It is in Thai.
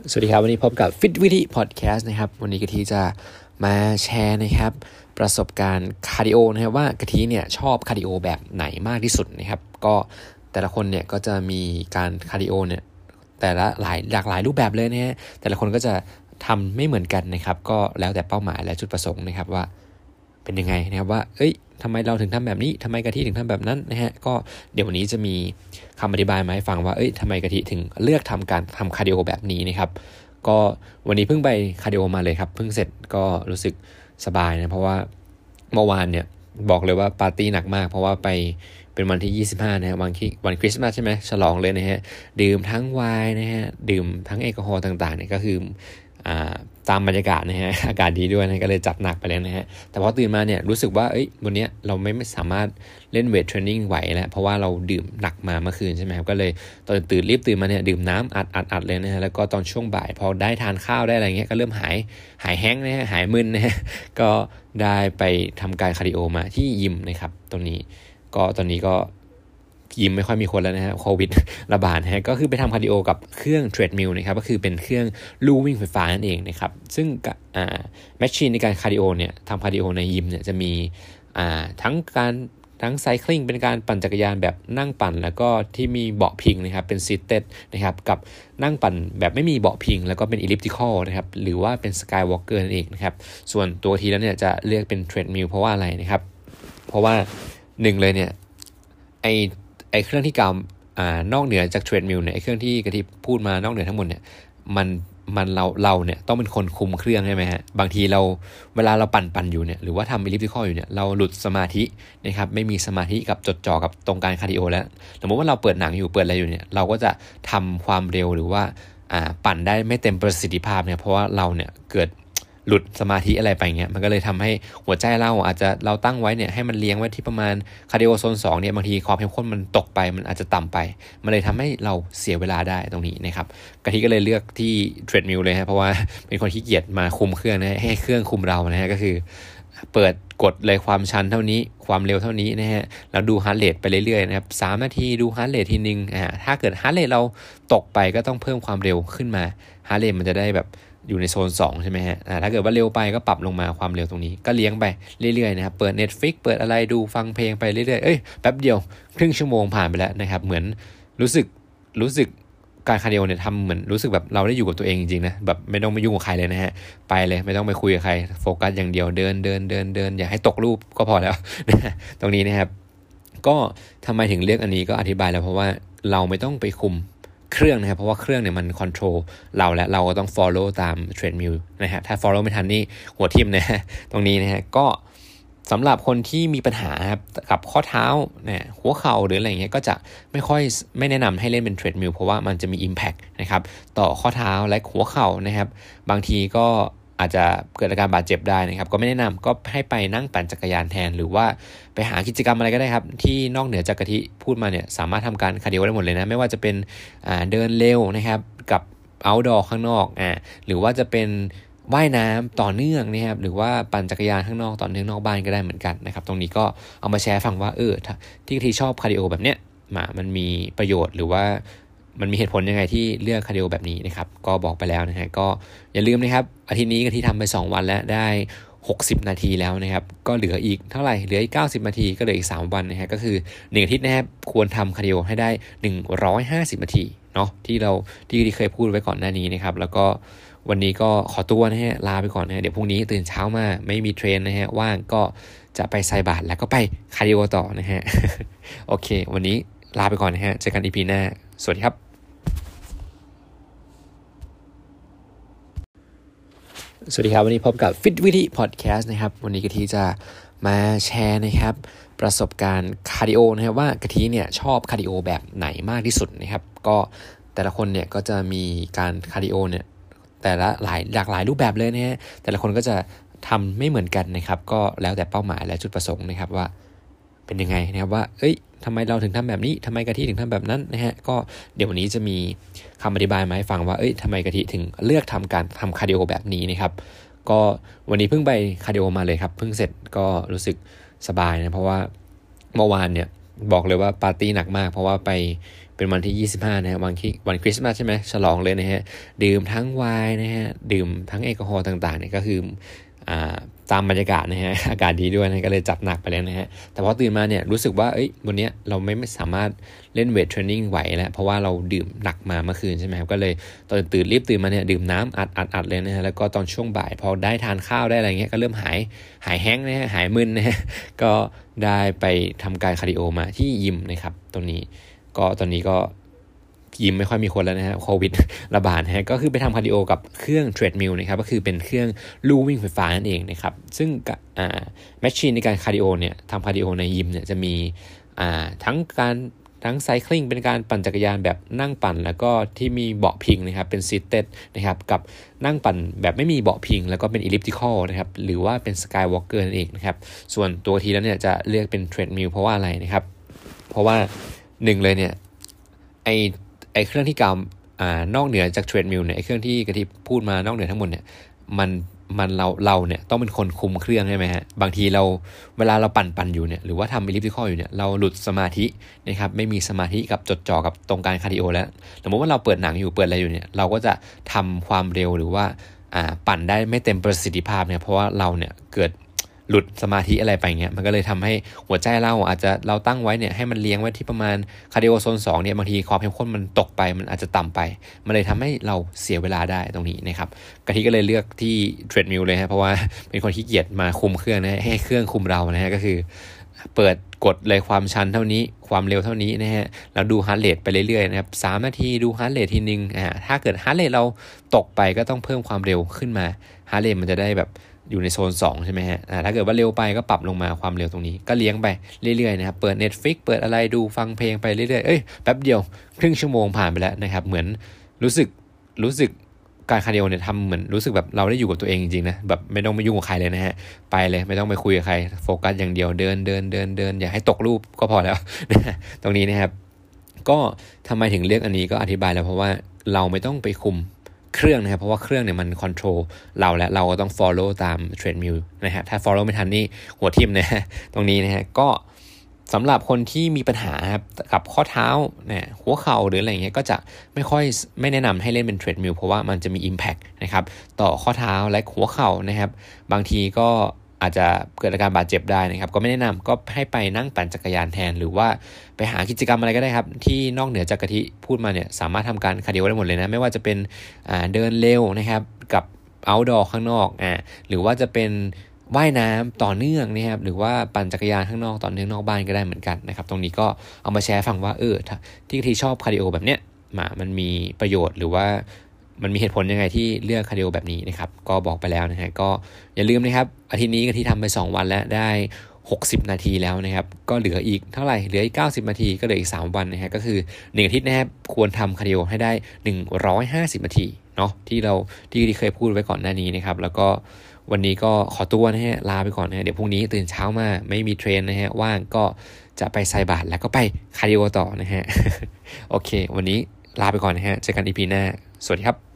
สวัสดีครับวันนี้พบกับ Fit วิธีพอดแคสต์นะครับวันนี้กะทิจะมาแชร์นะครับประสบการณ์คาร์ดิโอนะครับว่ากะทิเนี่ยชอบคาร์ดิโอแบบไหนมากที่สุดนะครับก็แต่ละคนเนี่ยก็จะมีการคาร์ดิโอเนี่ยแต่ละหลากหลายรูปแบบเลยนะฮะแต่ละคนก็จะทำไม่เหมือนกันนะครับก็แล้วแต่เป้าหมายและจุดประสงค์นะครับว่าเป็นยังไงนะครับว่าทำไมเราถึงทำแบบนี้ทำไมกะทิถึงทำแบบนั้นนะฮะก็เดี๋ยววันนี้จะมีคำอธิบายมาให้ฟังว่าทำไมกะทิถึงเลือกทำคาร์ดิโอแบบนี้นะครับก็วันนี้เพิ่งไปคาร์ดิโอมาเลยครับเพิ่งเสร็จก็รู้สึกสบายนะเพราะว่าเมื่อวานเนี่ยบอกเลยว่าปาร์ตี้หนักมากเพราะว่าไปเป็นวันที่25นะฮะวันคริสต์มาสใช่ไหมฉลองเลยนะฮะดื่มทั้งไวน์นะฮะดื่มทั้งแอลกอฮอล์ต่างๆเนี่ยก็คือตามบรรยากาศนะฮะอากาศดีด้วยนะก็เลยจัดหนักไปเลยนะฮะแต่พอตื่นมาเนี่ยรู้สึกว่าวันนี้เราไม่สามารถเล่นเวทเทรนนิ่งไหวแล้วเพราะว่าเราดื่มหนักมาเมื่อคืนใช่ไหมครับก็เลยตอนรีบตื่นมาเนี่ยดื่มน้ำอัดเลยนะฮะแล้วก็ตอนช่วงบ่ายพอได้ทานข้าวได้อะไรเงี้ยก็เริ่มหายแห้งนะฮะหายมึนนะฮะก็ได้ไปทำการคาร์ดิโอมาที่ยิมนะครับตอนนี้ก็ยิมไม่ค่อยมีคนแล้วนะฮะโควิดระบาดนะฮะก็คือไปทำคาร์ดิโอกับเครื่องเทรดมิลนะครับก็คือเป็นเครื่องลู่วิ่งไฟฟ้านั่นเองนะครับซึ่งแมชชีนในการคาร์ดิโอเนี่ยทำคาร์ดิโอในยิมเนี่ยจะมีทั้งไซคลิงเป็นการปั่นจักรยานแบบนั่งปั่นแล้วก็ที่มีเบาะพิงนะครับเป็นซีทเต็ดนะครับกับนั่งปั่นแบบไม่มีเบาะพิงแล้วก็เป็นอิลิปติคอลนะครับหรือว่าเป็นสกายวอล์กเกอร์นั่นเองนะครับส่วนตัวทีแล้วเนี่ยจะเลือกเป็นเทรดมิลเพราะว่าอะไรนะครับเพราะว่าหนึ่งเลยเนี่ยไอเครื่องที่กล่าวนอกเหนือจากเทรดมิลเนี่ยไอเครื่องที่กะทิพูดมานอกเหนือทั้งหมดเนี่ยมันเราเนี่ยต้องเป็นคนคุมเครื่องใช่ไหมฮะบางทีเวลาเราปั่นอยู่เนี่ยหรือว่าทำอิลิปติคอลอยู่เนี่ยเราหลุดสมาธินะครับไม่มีสมาธิกับจดจ่อกับตรงการคาร์ดิโอแล้วสมมติว่าเราเปิดหนังอยู่เปิดอะไรอยู่เนี่ยเราก็จะทำความเร็วหรือว่าปั่นได้ไม่เต็มประสิทธิภาพเนี่ยเพราะว่าเราเนี่ยเกิดหลุดสมาธิอะไรไปเงี้ยมันก็เลยทำให้หัวใจเราตั้งไว้เนี่ยให้มันเลี้ยงไว้ที่ประมาณคาร์ดิโอโซน2เนี่ยบางทีความเข้มข้นมันตกไปมันอาจจะต่ำไปมันเลยทำให้เราเสียเวลาได้ตรงนี้นะครับกะทิก็เลยเลือกที่เทรดมิลเลยฮะเพราะว่าเป็นคนขี้เกียจมาคุมเครื่องนะให้เครื่องคุมเรานะฮะก็คือเปิดกดเลยความชันเท่านี้ความเร็วเท่านี้นะฮะแล้วดูฮาร์ทเรทไปเรื่อยๆนะครับ3นาทีดูฮาร์ทเรททีนึงถ้าเกิดฮาร์ทเรทเราตกไปก็ต้องเพิ่มความเร็วขึ้นมาฮาร์ทเรทมันจะได้แบบอยู่ในโซน2ใช่ไหมฮะถ้าเกิดว่าเร็วไปก็ปรับลงมาความเร็วตรงนี้ก็เลี้ยงไปเรื่อยๆนะครับเปิด Netflix เปิดอะไรดูฟังเพลงไปเรื่อยๆแป๊บเดียวครึ่งชั่วโมงผ่านไปแล้วนะครับเหมือนรู้สึกการคาร์ดิโอเนี่ยทำเหมือนรู้สึกแบบเราได้อยู่กับตัวเองจริงๆนะแบบไม่ต้องไปยุ่งกับใครเลยนะฮะไปเลยไม่ต้องไปคุยกับใครโฟกัสอย่างเดียวเดินอย่าให้ตกรูปก็พอแล้วตรงนี้นะครับก็ทำไมถึงเลือกอันนี้ก็อธิบายแล้วเพราะว่าเราไม่ต้องไปคุมเครื่องนะครับเพราะว่าเครื่องเนี่ยมันคอนโทรลเราและเราก็ต้อง follow ตามเทรดมิลนะฮะถ้า follow ไม่ทันนี่หัวทิ่มนะฮะตรงนี้นะฮะก็สำหรับคนที่มีปัญหาครับกับข้อเท้าเนี่ยหัวเข่าหรืออะไรเงี้ยก็จะไม่แนะนำให้เล่นเป็นเทรดมิลเพราะว่ามันจะมี impact นะครับต่อข้อเท้าและหัวเข่านะครับบางทีก็อาจจะเกิดอาการบาดเจ็บได้นะครับก็ไม่แนะนำก็ให้ไปนั่งปั่นจักรยานแทนหรือว่าไปหากิจกรรมอะไรก็ได้ครับที่นอกเหนือจากกะทิพูดมาเนี่ยสามารถทำการคาร์ดิโอได้หมดเลยนะไม่ว่าจะเป็นเดินเร็วนะครับกับ outdoor ข้างนอกหรือว่าจะเป็นว่ายน้ำต่อเนื่องนะครับหรือว่าปั่นจักรยานข้างนอกต่อเนื่องนอกบ้านก็ได้เหมือนกันนะครับตรงนี้ก็เอามาแชร์ฟังว่าที่กะทิชอบคาร์ดิโอแบบเนี้ยมันมีประโยชน์หรือว่ามันมีเหตุผลยังไงที่เลือกคาร์ดิโอแบบนี้นะครับก็บอกไปแล้วนะฮะก็อย่าลืมนะครับอาทิตย์นี้กะทิทำไป2วันแล้วได้60นาทีแล้วนะครับก็เหลืออีกเท่าไหร่เหลืออีก90นาทีก็เหลืออีก3วันนะฮะก็คือ1อาทิตย์นะครับควรทำคาร์ดิโอให้ได้150นาทีเนาะที่เคยพูดไว้ก่อนหน้านี้นะครับแล้วก็วันนี้ก็ขอตัวนะฮะลาไปก่อนนะฮะเดี๋ยวพรุ่งนี้ตื่นเช้ามาไม่มีเทรนนะฮะว่างก็จะไปใส่บาตรแล้วก็ไปคาร์ดิโอต่อนะฮะ โอเควันนี้ลาไปก่อนนะฮะเจอกัน EP หน้าสวัสดีครับสวัสดีครับวันนี้พบกับ Fit วิธีพอดแคสต์นะครับวันนี้กะทิจะมาแชร์นะครับประสบการณ์คาร์ดิโอนะครับว่ากะทิเนี่ยชอบคาร์ดิโอแบบไหนมากที่สุดนะครับก็แต่ละคนเนี่ยก็จะมีการคาร์ดิโอเนี่ยแต่ละหลากหลายรูปแบบเลยนะฮะแต่ละคนก็จะทำไม่เหมือนกันนะครับก็แล้วแต่เป้าหมายและจุดประสงค์นะครับว่าเป็นยังไงนะครับว่าทำไมเราถึงทำแบบนี้ทำไมกะทิถึงทำแบบนั้นนะฮะก็เดี๋ยววันนี้จะมีคำอธิบายมาให้ฟังว่าทำไมกะทิถึงเลือกทำคาร์ดิโอแบบนี้นะครับก็วันนี้เพิ่งไปคาร์ดิโอมาเลยครับเพิ่งเสร็จก็รู้สึกสบายนะเพราะว่าเมื่อวานเนี่ยบอกเลยว่าปาร์ตี้หนักมากเพราะว่าไปเป็นวันที่25นะฮะวันคริสต์มาสใช่ไหมฉลองเลยนะฮะดื่มทั้งไวน์นะฮะดื่มทั้งแอลกอฮอล์ต่างๆเนี่ยก็คือตามบรรยากาศนะฮะอากาศดีด้วยนะก็เลยจัดหนักไปเลยนะฮะแต่พอตื่นมาเนี่ยรู้สึกว่าวันนี้เราไม่สามารถเล่นเวทเทรนนิ่งไหวแล้วเพราะว่าเราดื่มหนักมาเมื่อคืนใช่ไหมครับก็เลยตอนรีบตื่นมาเนี่ยดื่มน้ำอัดเลยนะฮะแล้วก็ตอนช่วงบ่ายพอได้ทานข้าวได้อะไรเงี้ยก็เริ่มหายแห้งนะฮะหายมึนนะฮะก็ได้ไปทำการคาร์ดิโอมาที่ยิมนะครับตรงนี้ก็ตอนนี้ก็ยิมไม่ค่อยมีคนแล้วนะฮะโควิดระบาดนะฮะก็คือไปทำคาร์ดิโอกับเครื่องเทรดมิลนะครับก็คือเป็นเครื่องลู่วิ่งไฟฟ้านั่นเองนะครับซึ่งแมชชีนในการคาร์ดิโอเนี่ยทำคาร์ดิโอในยิมเนี่ยจะมีทั้งไซคลิงเป็นการปั่นจักรยานแบบนั่งปั่นแล้วก็ที่มีเบาะพิงนะครับเป็นซีทเต็ดนะครับกับนั่งปั่นแบบไม่มีเบาะพิงแล้วก็เป็นอิลิปติคอลนะครับหรือว่าเป็นสกายวอล์กเกอร์นั่นเองนะครับส่วนตัวทีแล้วเนี่ยจะเลือกเป็นเทรดมิลเพราะว่าอะไรนะครับเพราะว่าหนึ่งเลยเนี่ยไอเครื่องที่กำนอกเหนือจากเทรดมิลเนี่ยไอเครื่องที่กะทิพูดมานอกเหนือทั้งหมดเนี่ยมันเราเนี่ยต้องเป็นคนคุมเครื่องใช่ไหมฮะบางทีเวลาเราปั่นอยู่เนี่ยหรือว่าทำอิลิปติคอลอยู่เนี่ยเราหลุดสมาธินะครับไม่มีสมาธิกับจดจ่อกับตรงการคาร์ดิโอแล้วสมมติว่าเราเปิดหนังอยู่เปิดอะไรอยู่เนี่ยเราก็จะทำความเร็วหรือว่าปั่นได้ไม่เต็มประสิทธิภาพเนี่ยเพราะว่าเราเนี่ยเกิดหลุดสมาธิอะไรไปเงี้ยมันก็เลยทำให้หัวใจเราตั้งไว้เนี่ยให้มันเลี้ยงไว้ที่ประมาณคาร์ดิโอโซน2เนี่ยบางทีความเข้มข้นมันตกไปมันอาจจะต่ำไปมันเลยทำให้เราเสียเวลาได้ตรงนี้นะครับกะทิก็เลยเลือกที่เทรดมิลเลยฮะเพราะว่าเป็นคนขี้เกียจมาคุมเครื่องนะให้เครื่องคุมเรานะฮะก็คือเปิดกดเลยความชันเท่านี้ความเร็วเท่านี้นะฮะแล้วดูฮาร์ทเรทไปเรื่อยๆนะครับ3 นาทีดูฮาร์ทเรททีนึงถ้าเกิดฮาร์ทเรทเราตกไปก็ต้องเพิ่มความเร็วขึ้นมาฮาร์ทเรทมันจะได้แบบอยู่ในโซน2ใช่ไหมฮะถ้าเกิดว่าเร็วไปก็ปรับลงมาความเร็วตรงนี้ก็เลี้ยงไปเรื่อยๆนะครับเปิด Netflix เปิดอะไรดูฟังเพลงไปเรื่อยๆแป๊บเดียวครึ่งชั่วโมงผ่านไปแล้วนะครับเหมือนรู้สึกการคาร์ดิโอเนี่ยทำเหมือนรู้สึกแบบเราได้อยู่กับตัวเองจริงๆนะแบบไม่ต้องไปยุ่งกับใครเลยนะฮะไปเลยไม่ต้องไปคุยกับใครโฟกัสอย่างเดียวเดินอย่าให้ตกรูปก็พอแล้วตรงนี้นะครับก็ทำไมถึงเลือกอันนี้ก็อธิบายแล้วเพราะว่าเราไม่ต้องไปคุมเครื่องนะครับเพราะว่าเครื่องเนี่ยมันคอนโทรลเราและเราก็ต้อง follow ตามเทรดมิลนะฮะถ้า follow ไม่ทันนี่หัวทิ่มนะฮะตรงนี้นะฮะก็สำหรับคนที่มีปัญหาครับกับข้อเท้าเนี่ยหัวเข่าหรืออะไรเงี้ยก็จะไม่แนะนำให้เล่นเป็นเทรดมิลเพราะว่ามันจะมี impact นะครับต่อข้อเท้าและหัวเข่านะครับบางทีก็อาจจะเกิดอาการบาดเจ็บได้นะครับก็ไม่แนะนำก็ให้ไปนั่งปั่นจักรยานแทนหรือว่าไปหากิจกรรมอะไรก็ได้ครับที่นอกเหนือจากกะทิพูดมาเนี่ยสามารถทำการคาร์ดิโอได้หมดเลยนะไม่ว่าจะเป็นเดินเร็วนะครับกับ outdoor ข้างนอกหรือว่าจะเป็นว่ายน้ำต่อเนื่องนะครับหรือว่าปั่นจักรยานข้างนอกต่อเนื่องนอกบ้านก็ได้เหมือนกันนะครับตรงนี้ก็เอามาแชร์ฟังว่าที่กะทิชอบคาร์ดิโอแบบเนี้ยมันมีประโยชน์หรือว่ามันมีเหตุผลยังไงที่เลือกคาร์ดิโอแบบนี้นะครับก็บอกไปแล้วนะฮะก็อย่าลืมนะครับอาทิตย์นี้กะทิทำไป2วันแล้วได้60 นาทีแล้วนะครับก็เหลืออีกเท่าไหร่เหลืออีก90 นาทีก็เหลืออีก3วันนะฮะก็คือ1อาทิตย์นะครับควรทำคาร์ดิโอให้ได้150 นาทีเนาะที่เคยพูดไว้ก่อนหน้านี้นะครับแล้วก็วันนี้ก็ขอตัวนะฮะลาไปก่อนนะฮะเดี๋ยวพรุ่งนี้ตื่นเช้ามาไม่มีเทรนนะฮะว่างก็จะไปใส่บาตรแล้วก็ไปคาร์ดิโอต่อนะฮะโอเควันนี้ลาไปก่อนนะฮะเจอกัน EP หน้าสวัสดีครับ